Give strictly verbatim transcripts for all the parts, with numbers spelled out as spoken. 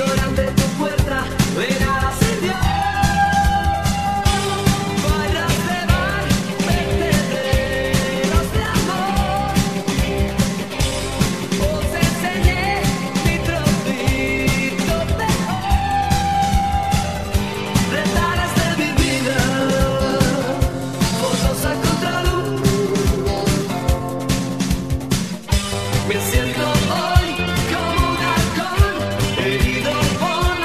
Me siento hoy como un halcón, herido por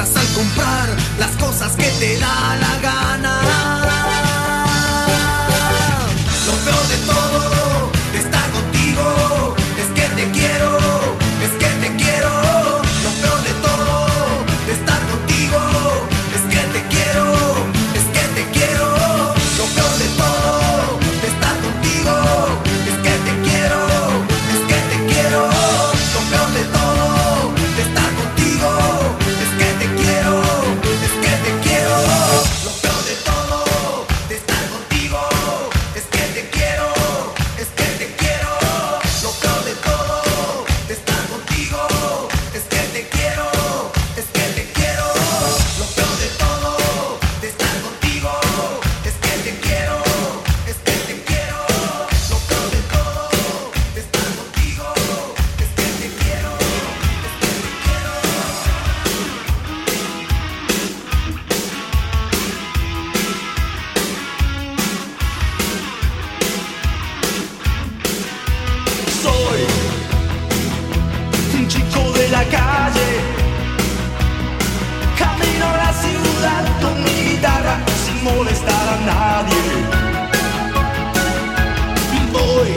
entras al comprar las cosas que te da la gana. Lo peor de todo de estar contigo es que te quiero, es que te quiero. Lo peor de todo de estar contigo es que te quiero, es que te quiero. Lo peor de todo de estar contigo es que te quiero, es que te quiero. Lo peor de todo de estar contigo es que te quiero, es que te quiero. Lo peor de todo de estar contigo es que te quiero, es que te quiero. Lo peor de todo de estar contigo es que te quiero, es que te quiero. Lo peor de todo de estar contigo es que te quiero, es que te quiero. Lo peor de todo de estar contigo es que te quiero, es que te quiero. Soy un chico de la calle, camino a la ciudad con mi guitarra sin molestar a nadie. Voy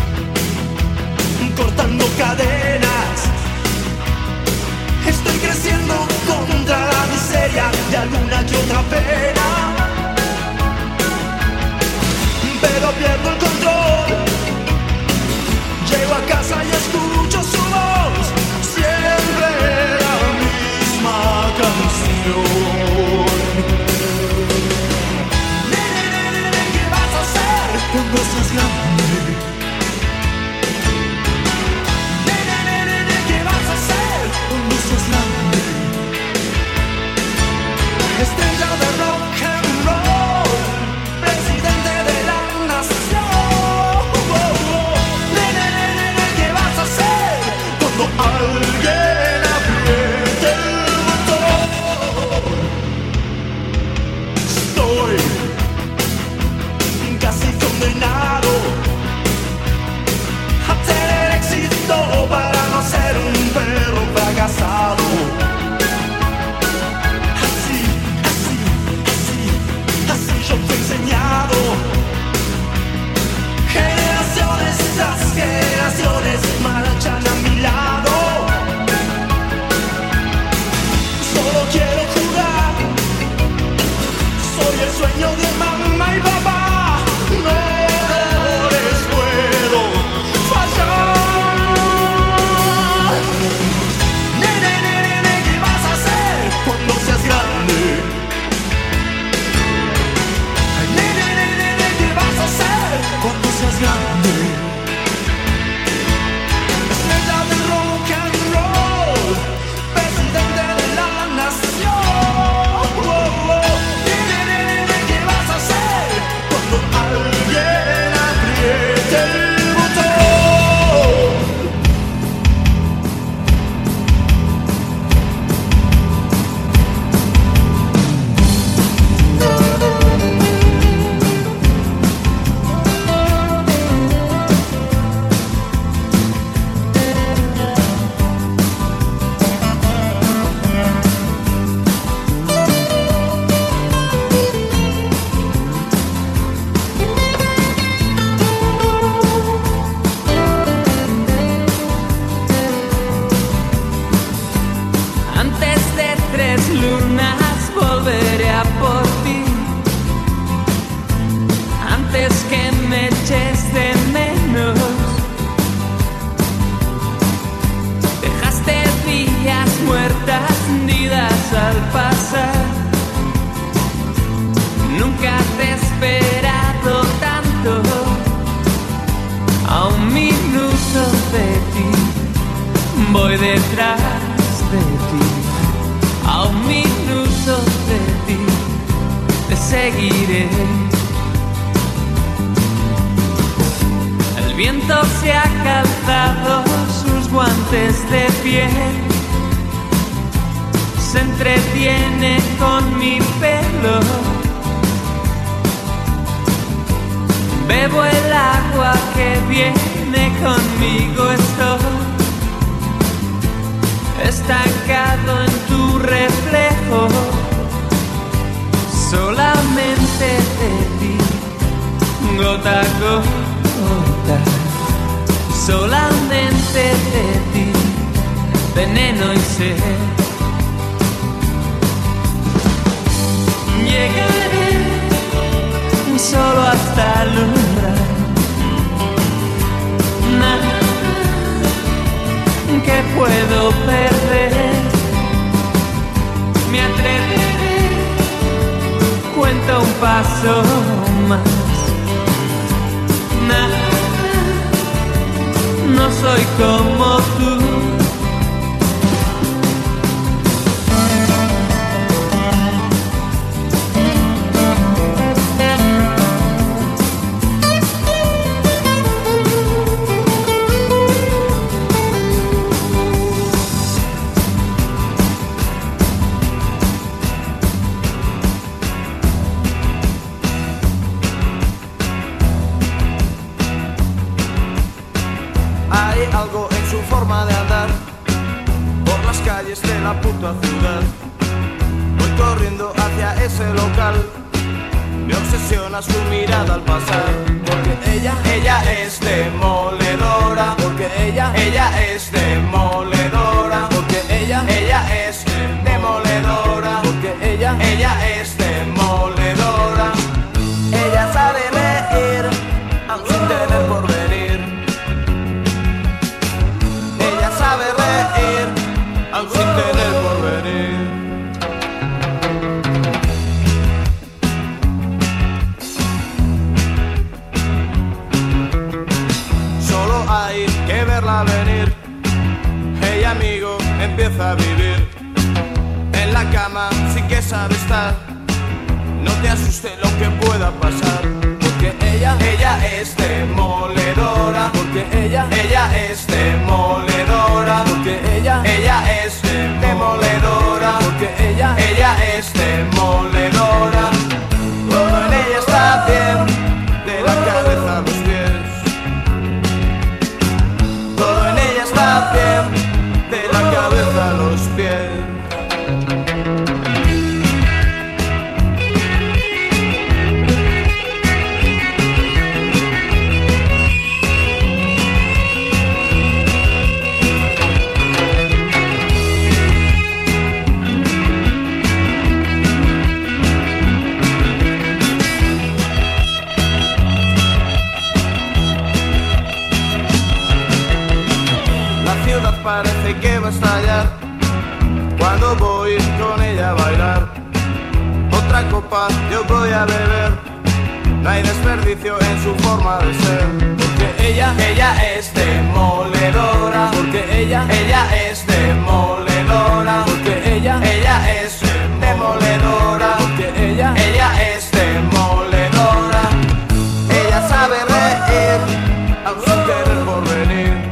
cortando cadenas, estoy creciendo contra la miseria de alguna que otra pena, pero pierdo el control. Llego a casa y escucho su voz, siempre la misma canción. Nene, nene, nene, ¿qué vas a hacer cuando seas grande? Nene, nene, nene, ¿qué vas a hacer cuando seas grande? Estrella de rock and roll, presidente de la nación. Alguien apriete el botón. Estoy casi condenado a tener éxito para no ser un perro fracasado. Así, así, así, así yo fui enseñado. Generaciones tras generaciones marchan a mi lado. Solo quiero jugar, soy el sueño de mamá y papá. No les puedo fallar. Nene, nene, nene, ¿qué vas a hacer cuando seas grande? Nene, nene, nene, ¿qué vas a hacer cuando seas grande? Estrella de rock and roll, presidente de la nación. Oh, oh. Nene, nene, nene, ¿qué vas a hacer cuando alguien apriete el botón? Antes de tres lunas volveré a por ti. Antes que me eches de menos. Dejaste días muertas nidas al pasar. Nunca te he esperado tanto. A un minuto de ti voy detrás de ti. A un minuto de ti te seguiré. El viento se ha calzado sus guantes de piel, se entretiene con mi pelo. Bebo el agua que viene conmigo, estoy, estoy estancado en tu reflejo, solamente de ti, gota a gota, solamente de ti, veneno y sed. Llegaré solo hasta el umbral, nada que puedo perder, me atreveré, cuenta un paso más, nada, no soy como tú. Algo en su forma de andar por las calles de la puta ciudad. Voy corriendo hacia ese local, me obsesiona su mirada al pasar. Porque ella, ella es demoledora. Porque ella, ella es demoledora. Porque ella, ella es demoledora. Porque ella, ella es demoledora. Ella sabe reír, aun sin tener porvenir. Sabe reír, aun sin tener porvenir. Solo hay que verla venir. Hey amigo, empieza a vivir. En la cama sí que sabe estar. No te asuste lo que pueda pasar. Porque ella, ella es demoledora. Porque ella, ella es demoledora. Porque ella, ella es demoledora. Porque ella, ella es demoledora. Todo en ella está bien, de la cabeza a los pies. Todo en ella está bien, de la cabeza a los pies. Parece que va a estallar cuando voy con ella a bailar. Otra copa yo voy a beber, no hay desperdicio en su forma de ser. Porque ella, ella es demoledora. Porque ella, ella es demoledora. Porque ella, ella es demoledora. Porque ella, ella es demoledora. Ella sabe reír, aun sin tener porvenir.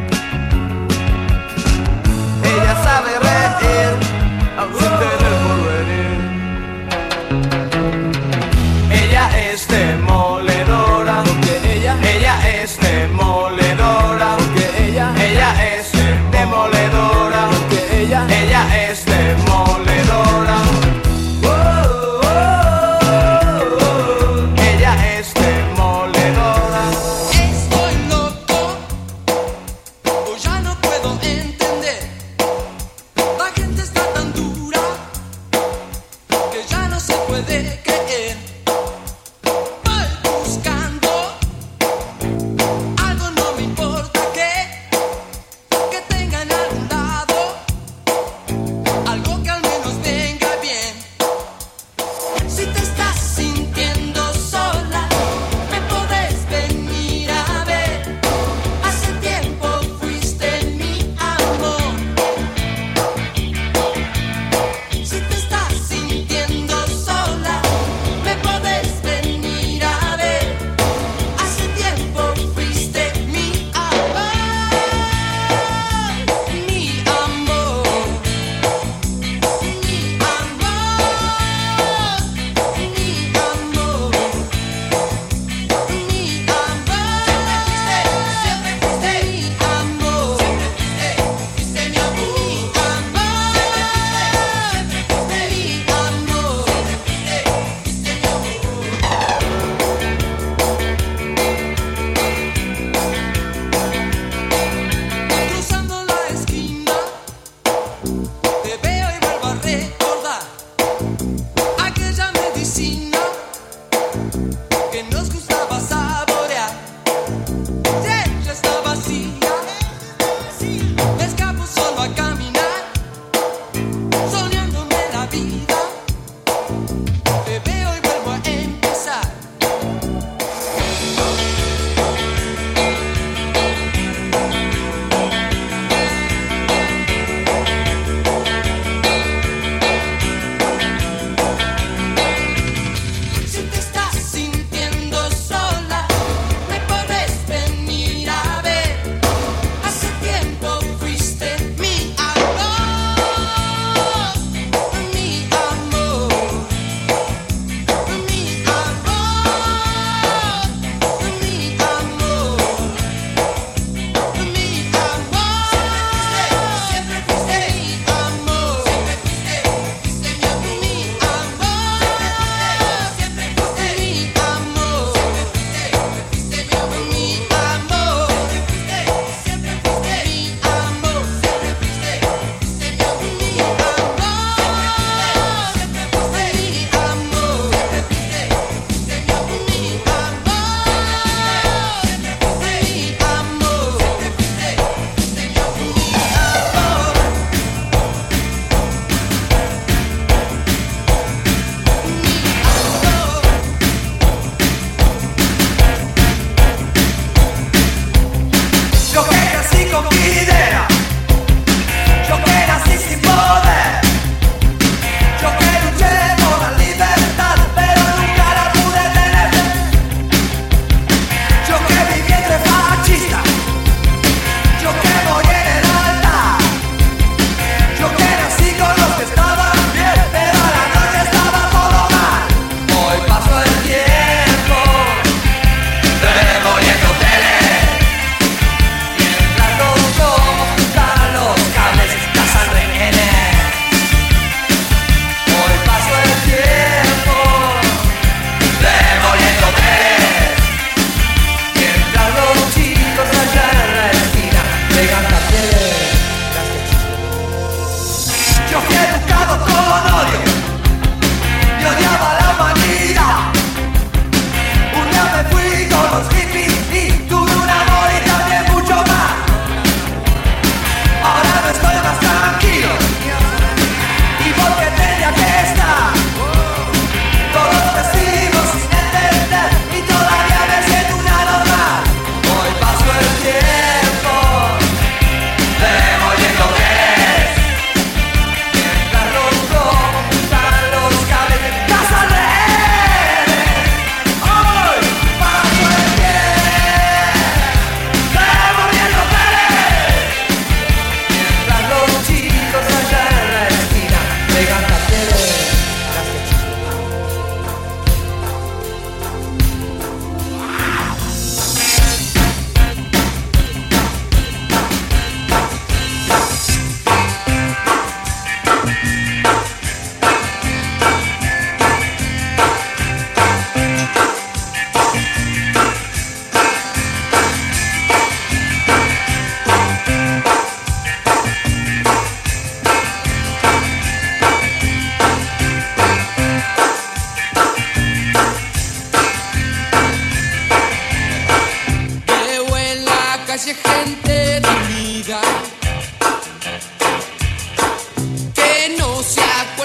Ella sabe reír, aun sin tener porvenir. Ella es demoledora. Porque ella, ella es demoledora. Porque ella, ella es demoledora. Porque ella, ella es demoledora. Oh, oh, oh, oh. Ella es demoledora. Estoy loco, o ya no puedo entender. La gente está tan dura que ya no se puede creer. Voy buscando algo, no me importa qué, que tengan a algún lado.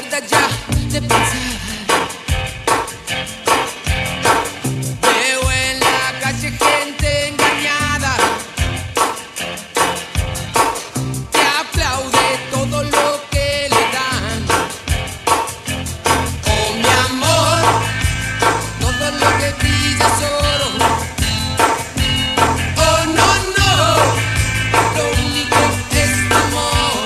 acuerda ya de pensar. Veo en la calle gente engañada que aplaude todo lo que le dan. Oh, mi amor, todo lo que brilla es oro. Oh, no, no, lo único es tu amor.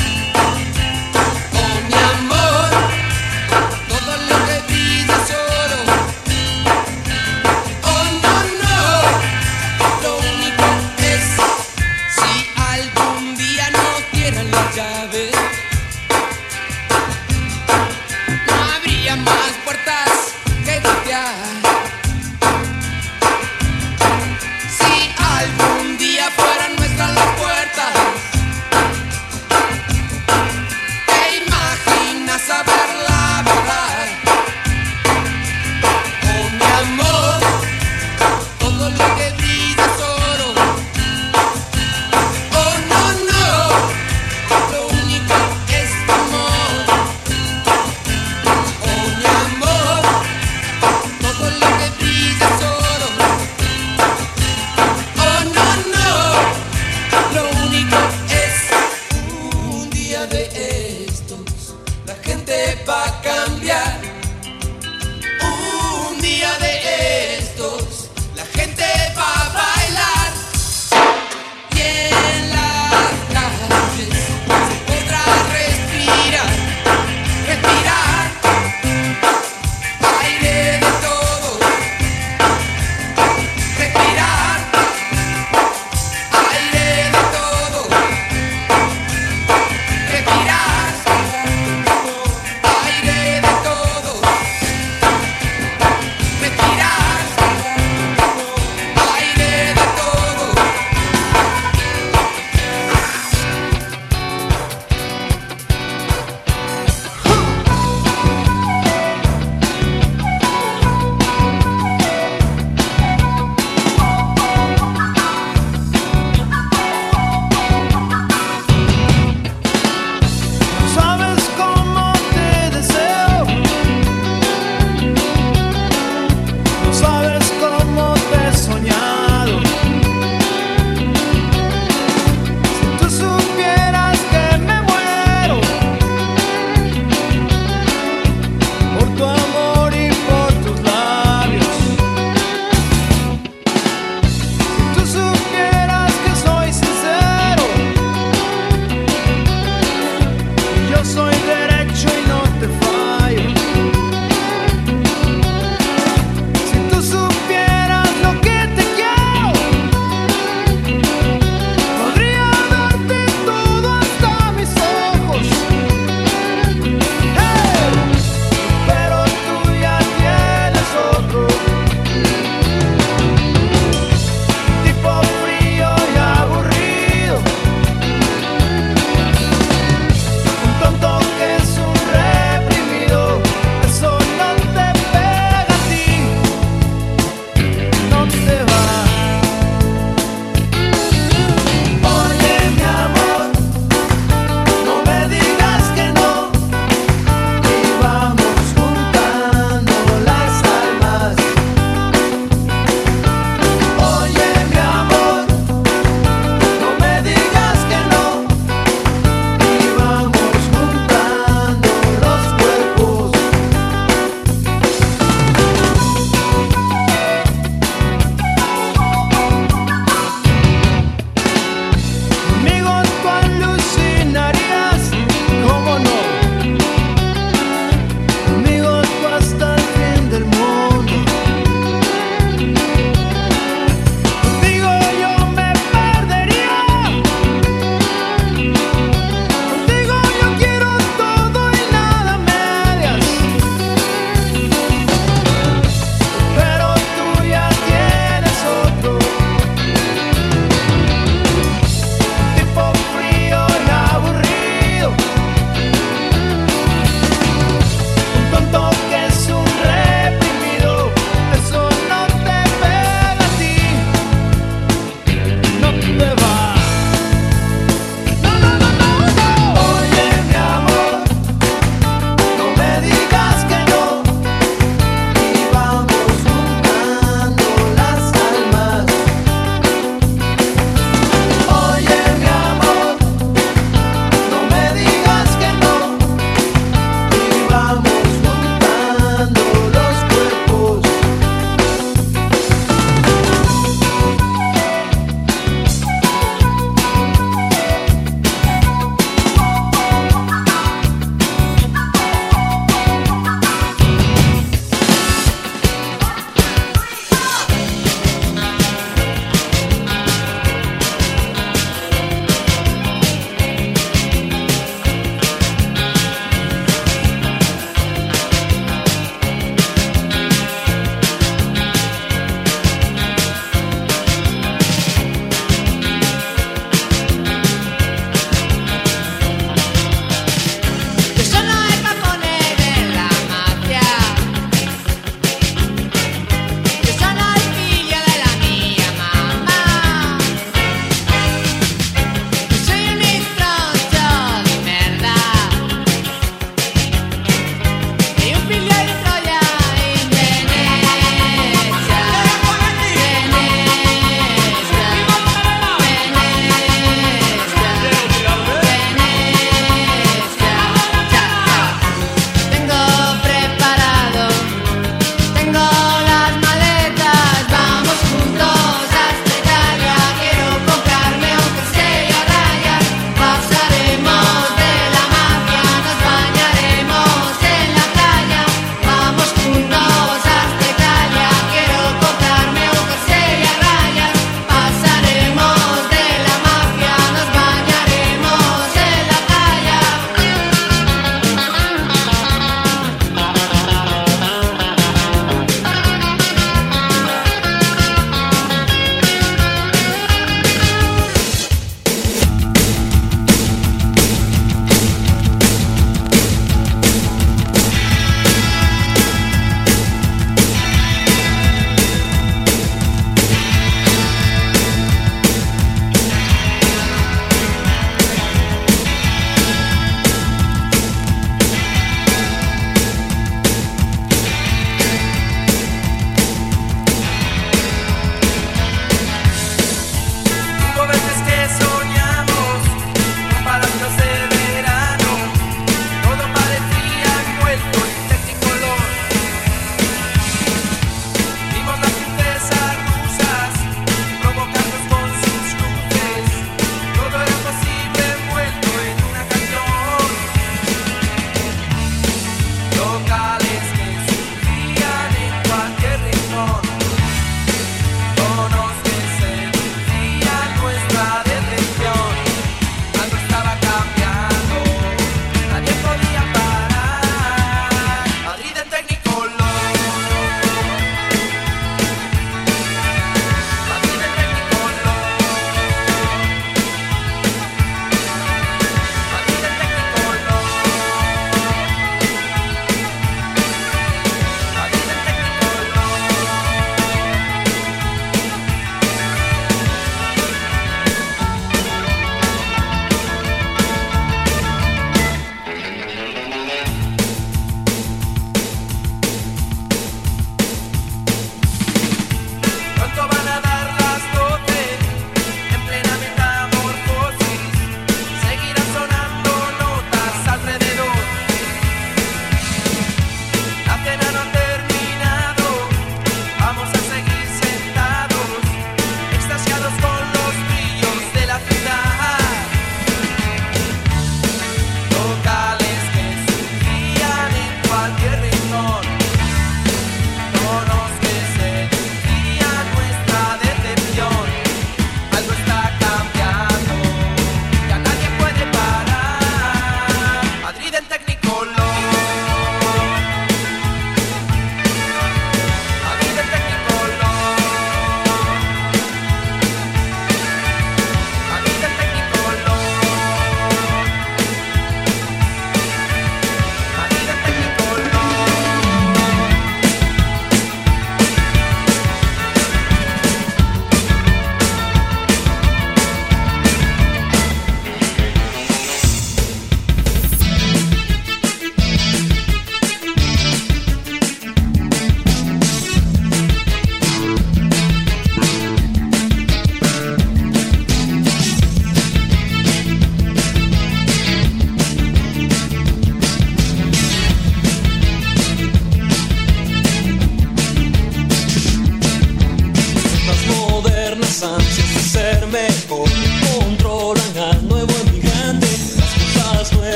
Oh, mi amor, todo lo que brilla es oro. Oh, no, no, lo único es, si algún día nos dieran la llave, no habría más puertas que golpear. Si algún día fueran nuestras las puertas, ¿te imaginas saber la verdad? Oh, mi amor, todo lo que brilla es oro. Oh, no, no, lo único es tu amor. Oh, mi amor, todo lo que brilla es oro. Oh, no, no, lo único es, un día de estos la gente va a cambiar. Un día de estos la gente va a bailar. Y en las calles se podrá respirar, respirar aire de todo, respirar aire de todo, respirar aire de todo.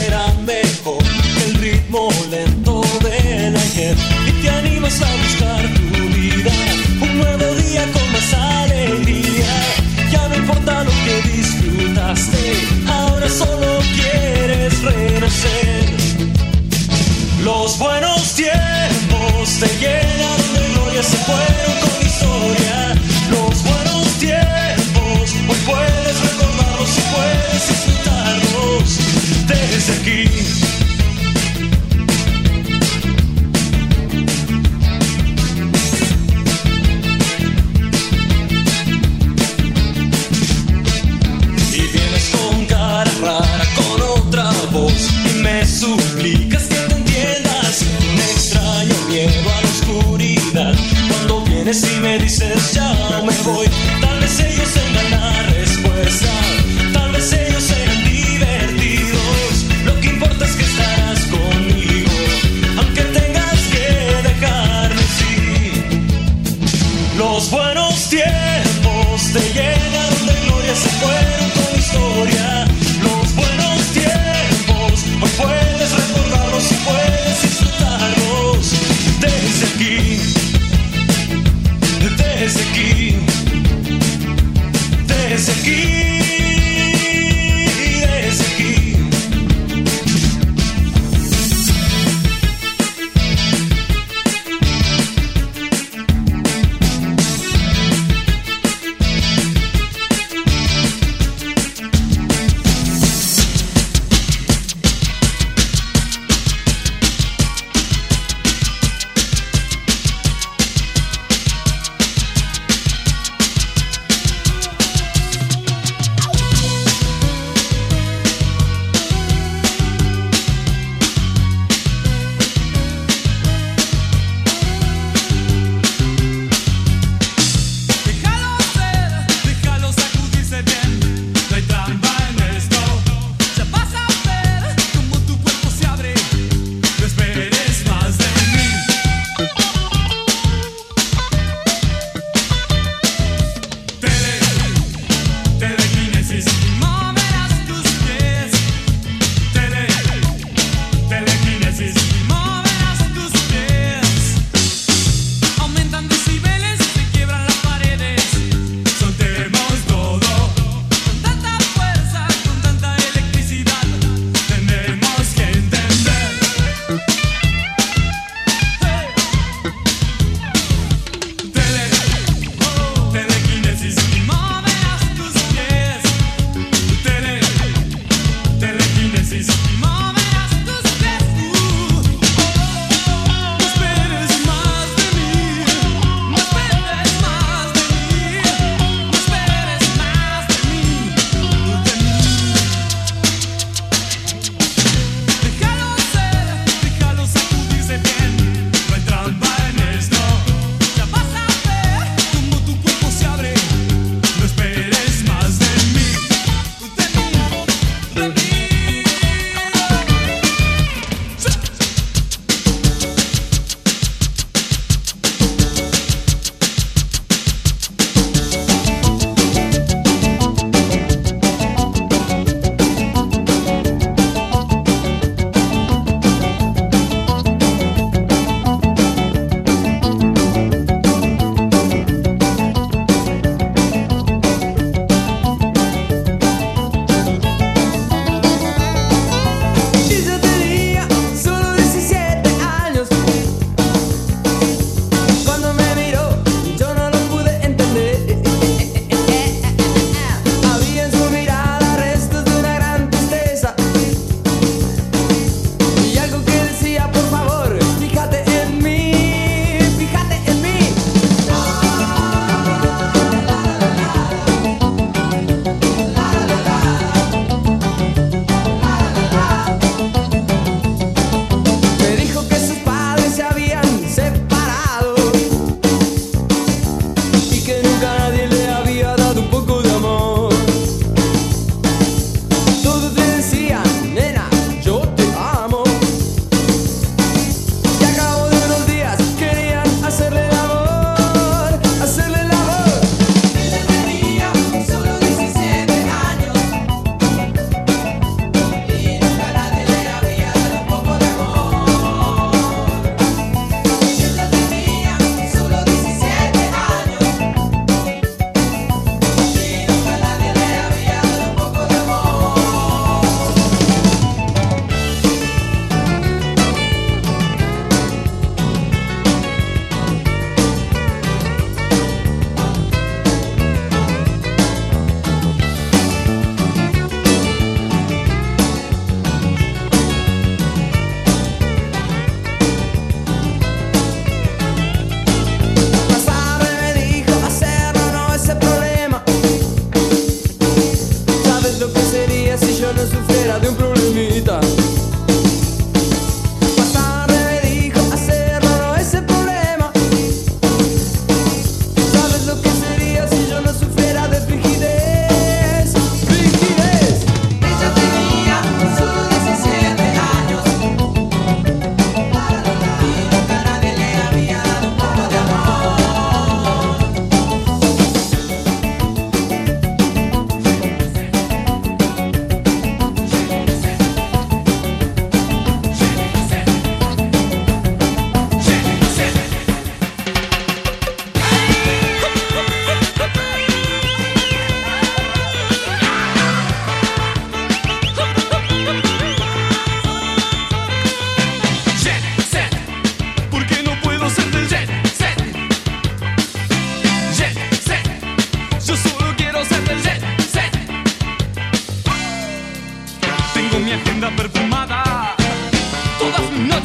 será mejor que el ritmo lento del ayer. Y te animas a buscar tu vida, un nuevo día con más alegría. Ya no importa lo que disfrutaste, ahora solo quieres renacer. Los buenos tiempos te llenaron de gloria, se fueron con historia. Los buenos tiempos, hoy puedes recordarlos y puedes disfrutarlos desde aquí. Y vienes con cara rara, con otra voz, y me suplicas que te entiendas. Un extraño miedo a la oscuridad. Cuando vienes y me dices ya me voy, tal vez ellos tengan la respuesta, tal vez ellos serán divertidos. Lo que importa es que estarás conmigo, aunque tengas que dejarme ir. Los buenos tiempos te llenaron de gloria, se fueron con historia. Los buenos tiempos, hoy puedes recordarlos y puedes disfrutarlos desde aquí, desde aquí.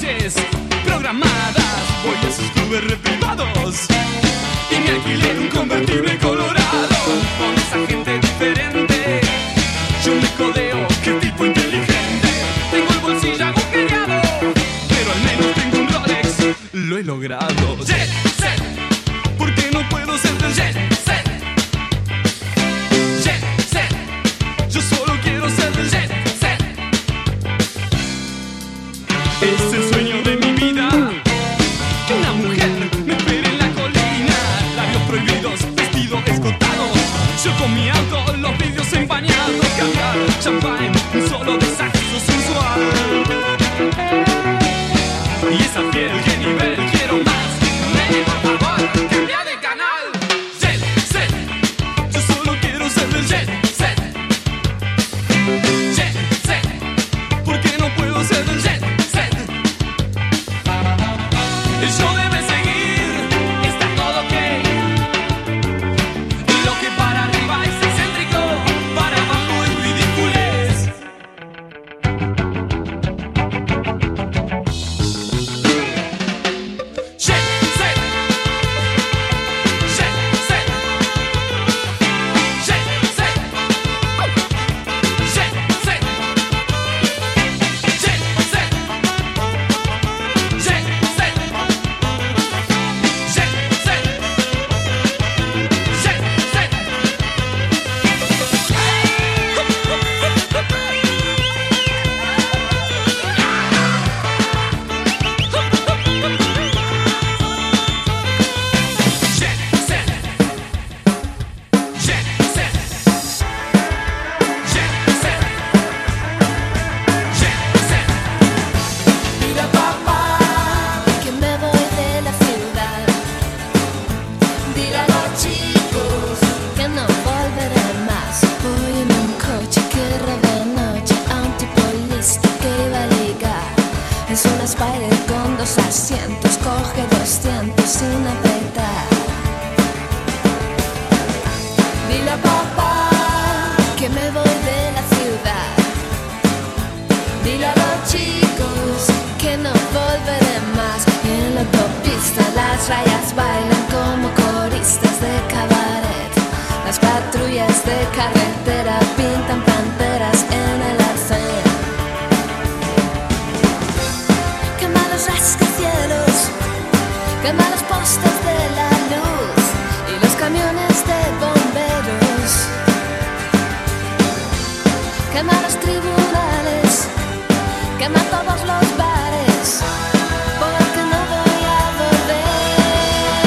noches programadas. Voy a sus clubes reprimados y me alquilé un convertible colorado. Con esa gente diferente yo me codeo, qué tipo inteligente. Tengo el bolsillo agujereado, pero al menos tengo un Rolex. Lo he logrado. Jet set, ¿por qué no puedo ser del jet set? Jet set, yo solo quiero ser del jet set. Es el sueño de mi vida, que una mujer me espere en la colina. Labios prohibidos, vestido escotado, yo con mi auto, los vidrios empañados. Caviar, champán, un solo de saxo sensual. Y esa piel, qué nivel, quiero más. Nene, por favor, cambia de canal. Jet set, yo solo quiero ser del jet set. Jet set, ¿por qué no puedo ser del jet set? El show debe seguir, está todo ok. Lo que para arriba es excéntrico, para abajo es ridiculez. Jet set, jet set, jet set, jet set, jet set, jet set, jet set, jet set. Mira papá, que me voy de la ciudad. Dile a los chicos que no volveré más. Voy en un coche que roba de noche a un tipo listo que iba a ligar. Es una Spider con dos asientos, coge doscientos sin apretar. Dile a papá que me voy de la ciudad. Dile a los chicos que no volveré más. Y en la autopista las rayas bailan como coristas de cabaret. Las patrullas de carretera pintan panteras en el arcén. Quema los rascacielos, quema los postes de la luz y los camiones de bomberos. Quema los tribunales, quema todos los bares, porque no voy a volver.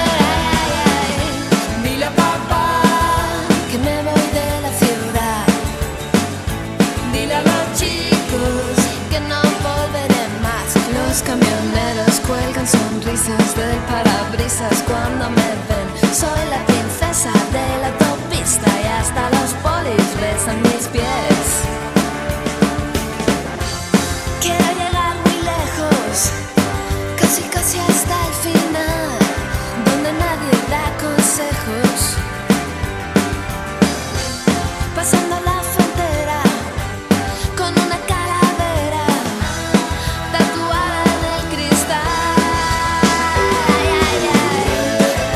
Dile a papá que me voy de la ciudad. Dile a los chicos que no volveré más. Los camioneros cuelgan sonrisas del parabrisas cuando me ven. Soy la princesa de la autopista y hasta los polis besan mis pies. Quiero llegar muy lejos, casi casi hasta el final, donde nadie da consejos. Pasando la frontera con una calavera tatuada en el cristal. Ay, ay, ay.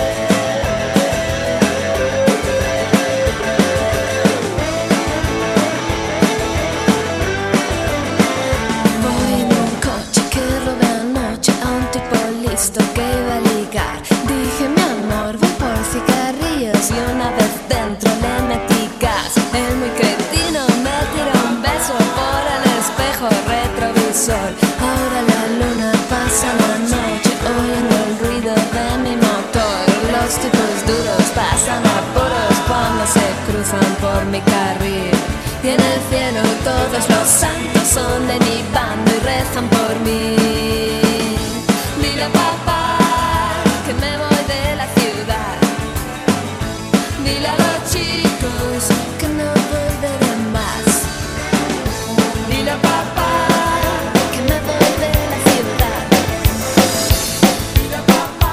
Voy en un coche que robé anoche a un tipo listo que iba a ligar. Dije, mi amor, voy por cigarrillos y una vez dentro le metí gas. El muy cretino me tiró un beso por el espejo retrovisor. Ahora la luna pasa la noche oyendo el ruido de mi motor. Los tipos duros pasan apuros cuando se cruzan por mi carril. Y en el cielo todos los santos son de mi bando y rezan por mí. Dile a papá que me voy de la ciudad. Dile a los chicos que no volveré más. Dile a papá que me voy de la ciudad. Dile a papá.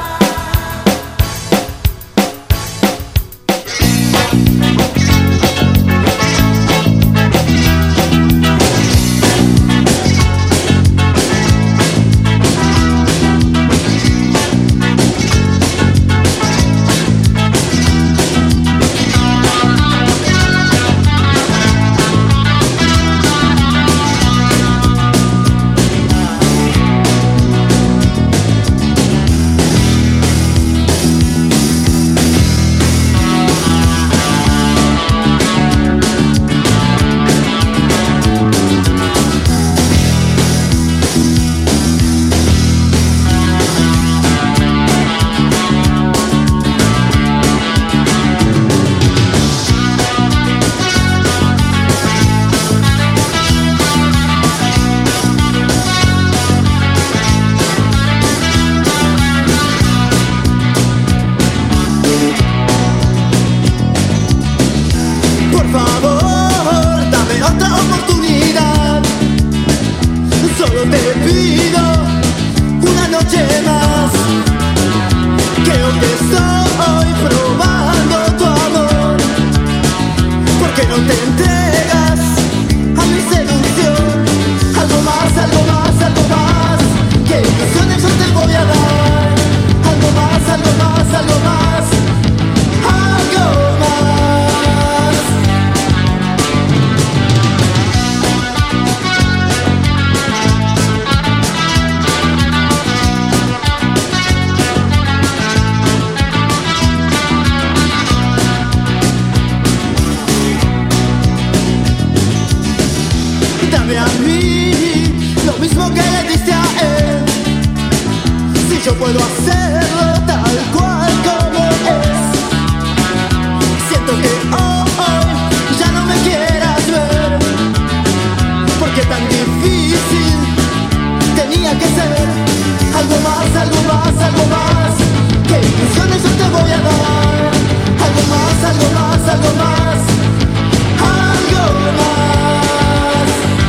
puedo hacerlo tal cual como es. Siento que oh, hoy ya no me quieras ver, porque tan difícil tenía que ser. Algo más, algo más, algo más. ¿Qué ilusiones yo te voy a dar? Algo más, algo más, algo más. Algo más.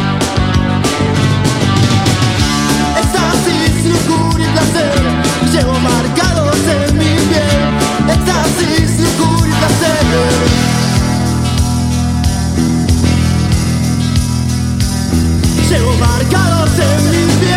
Éxtasis, lujuria y placer llevo marcados en mi piel. Éxtasis, lujuria y placer. Llevo marcados en mi piel.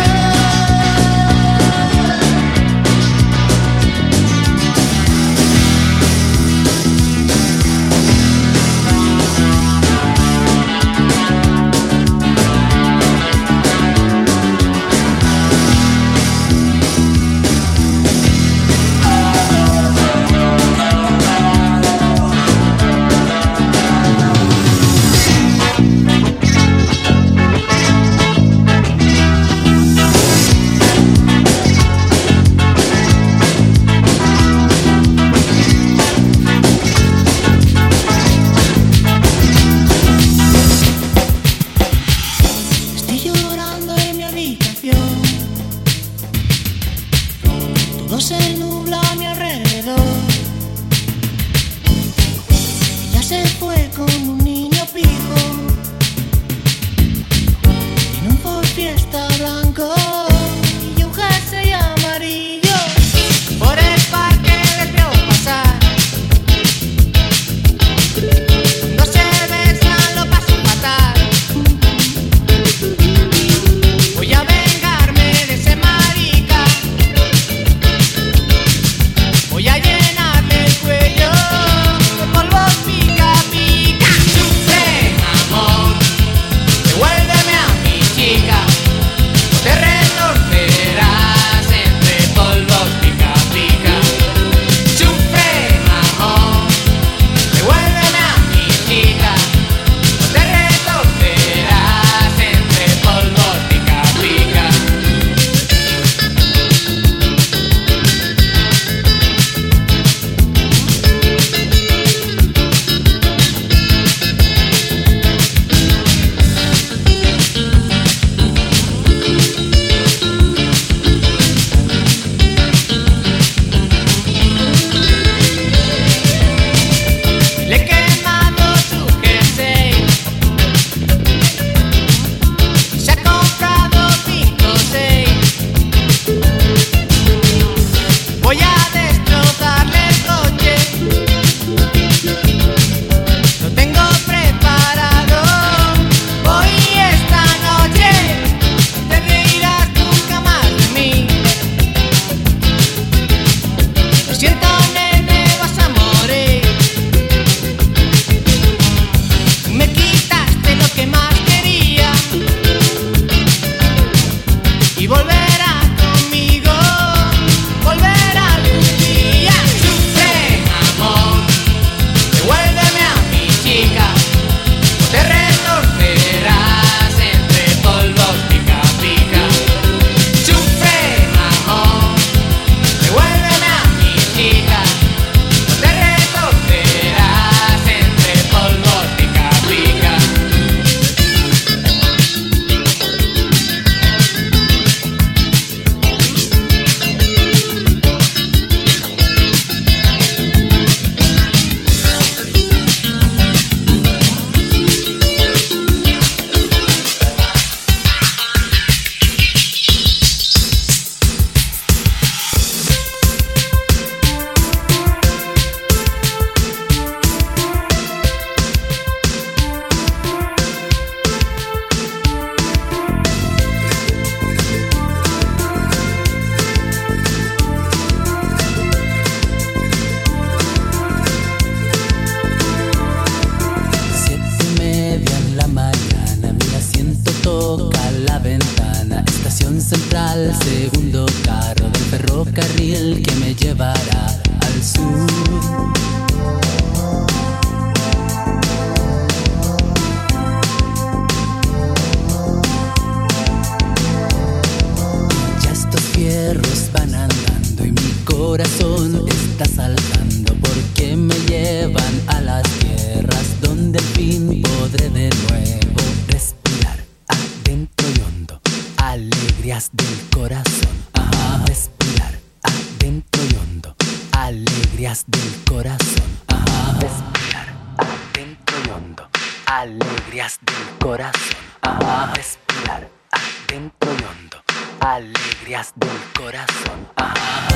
al segundo carro del ferrocarril que me llevará al sur. Ya estos fierros van andando pulsando y mi corazón está saltando porque me llevan a las tierras donde al fin podré de nuevo respirar adentro y hondo, alegrías del corazón. Ajá. Respirar adentro y hondo, alegrías del corazón. Ajá. Respirar adentro y hondo, alegrías del corazón. Ajá. Respirar adentro y hondo, alegrías del corazón. Ajá.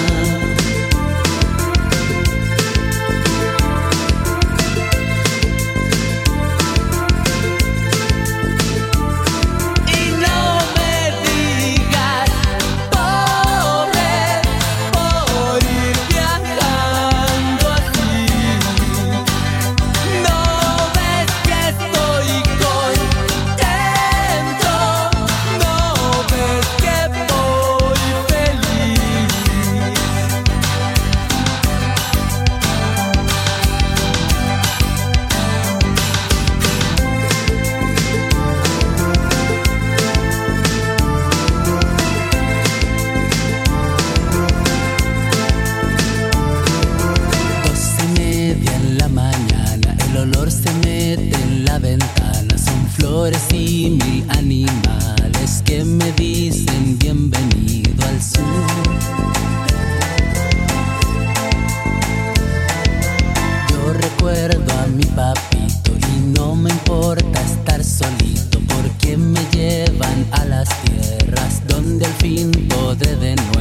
Y mil animales que me dicen bienvenido al sur. Yo recuerdo a mi papito y no me importa estar solito porque me llevan a las tierras donde al fin podré de nuevo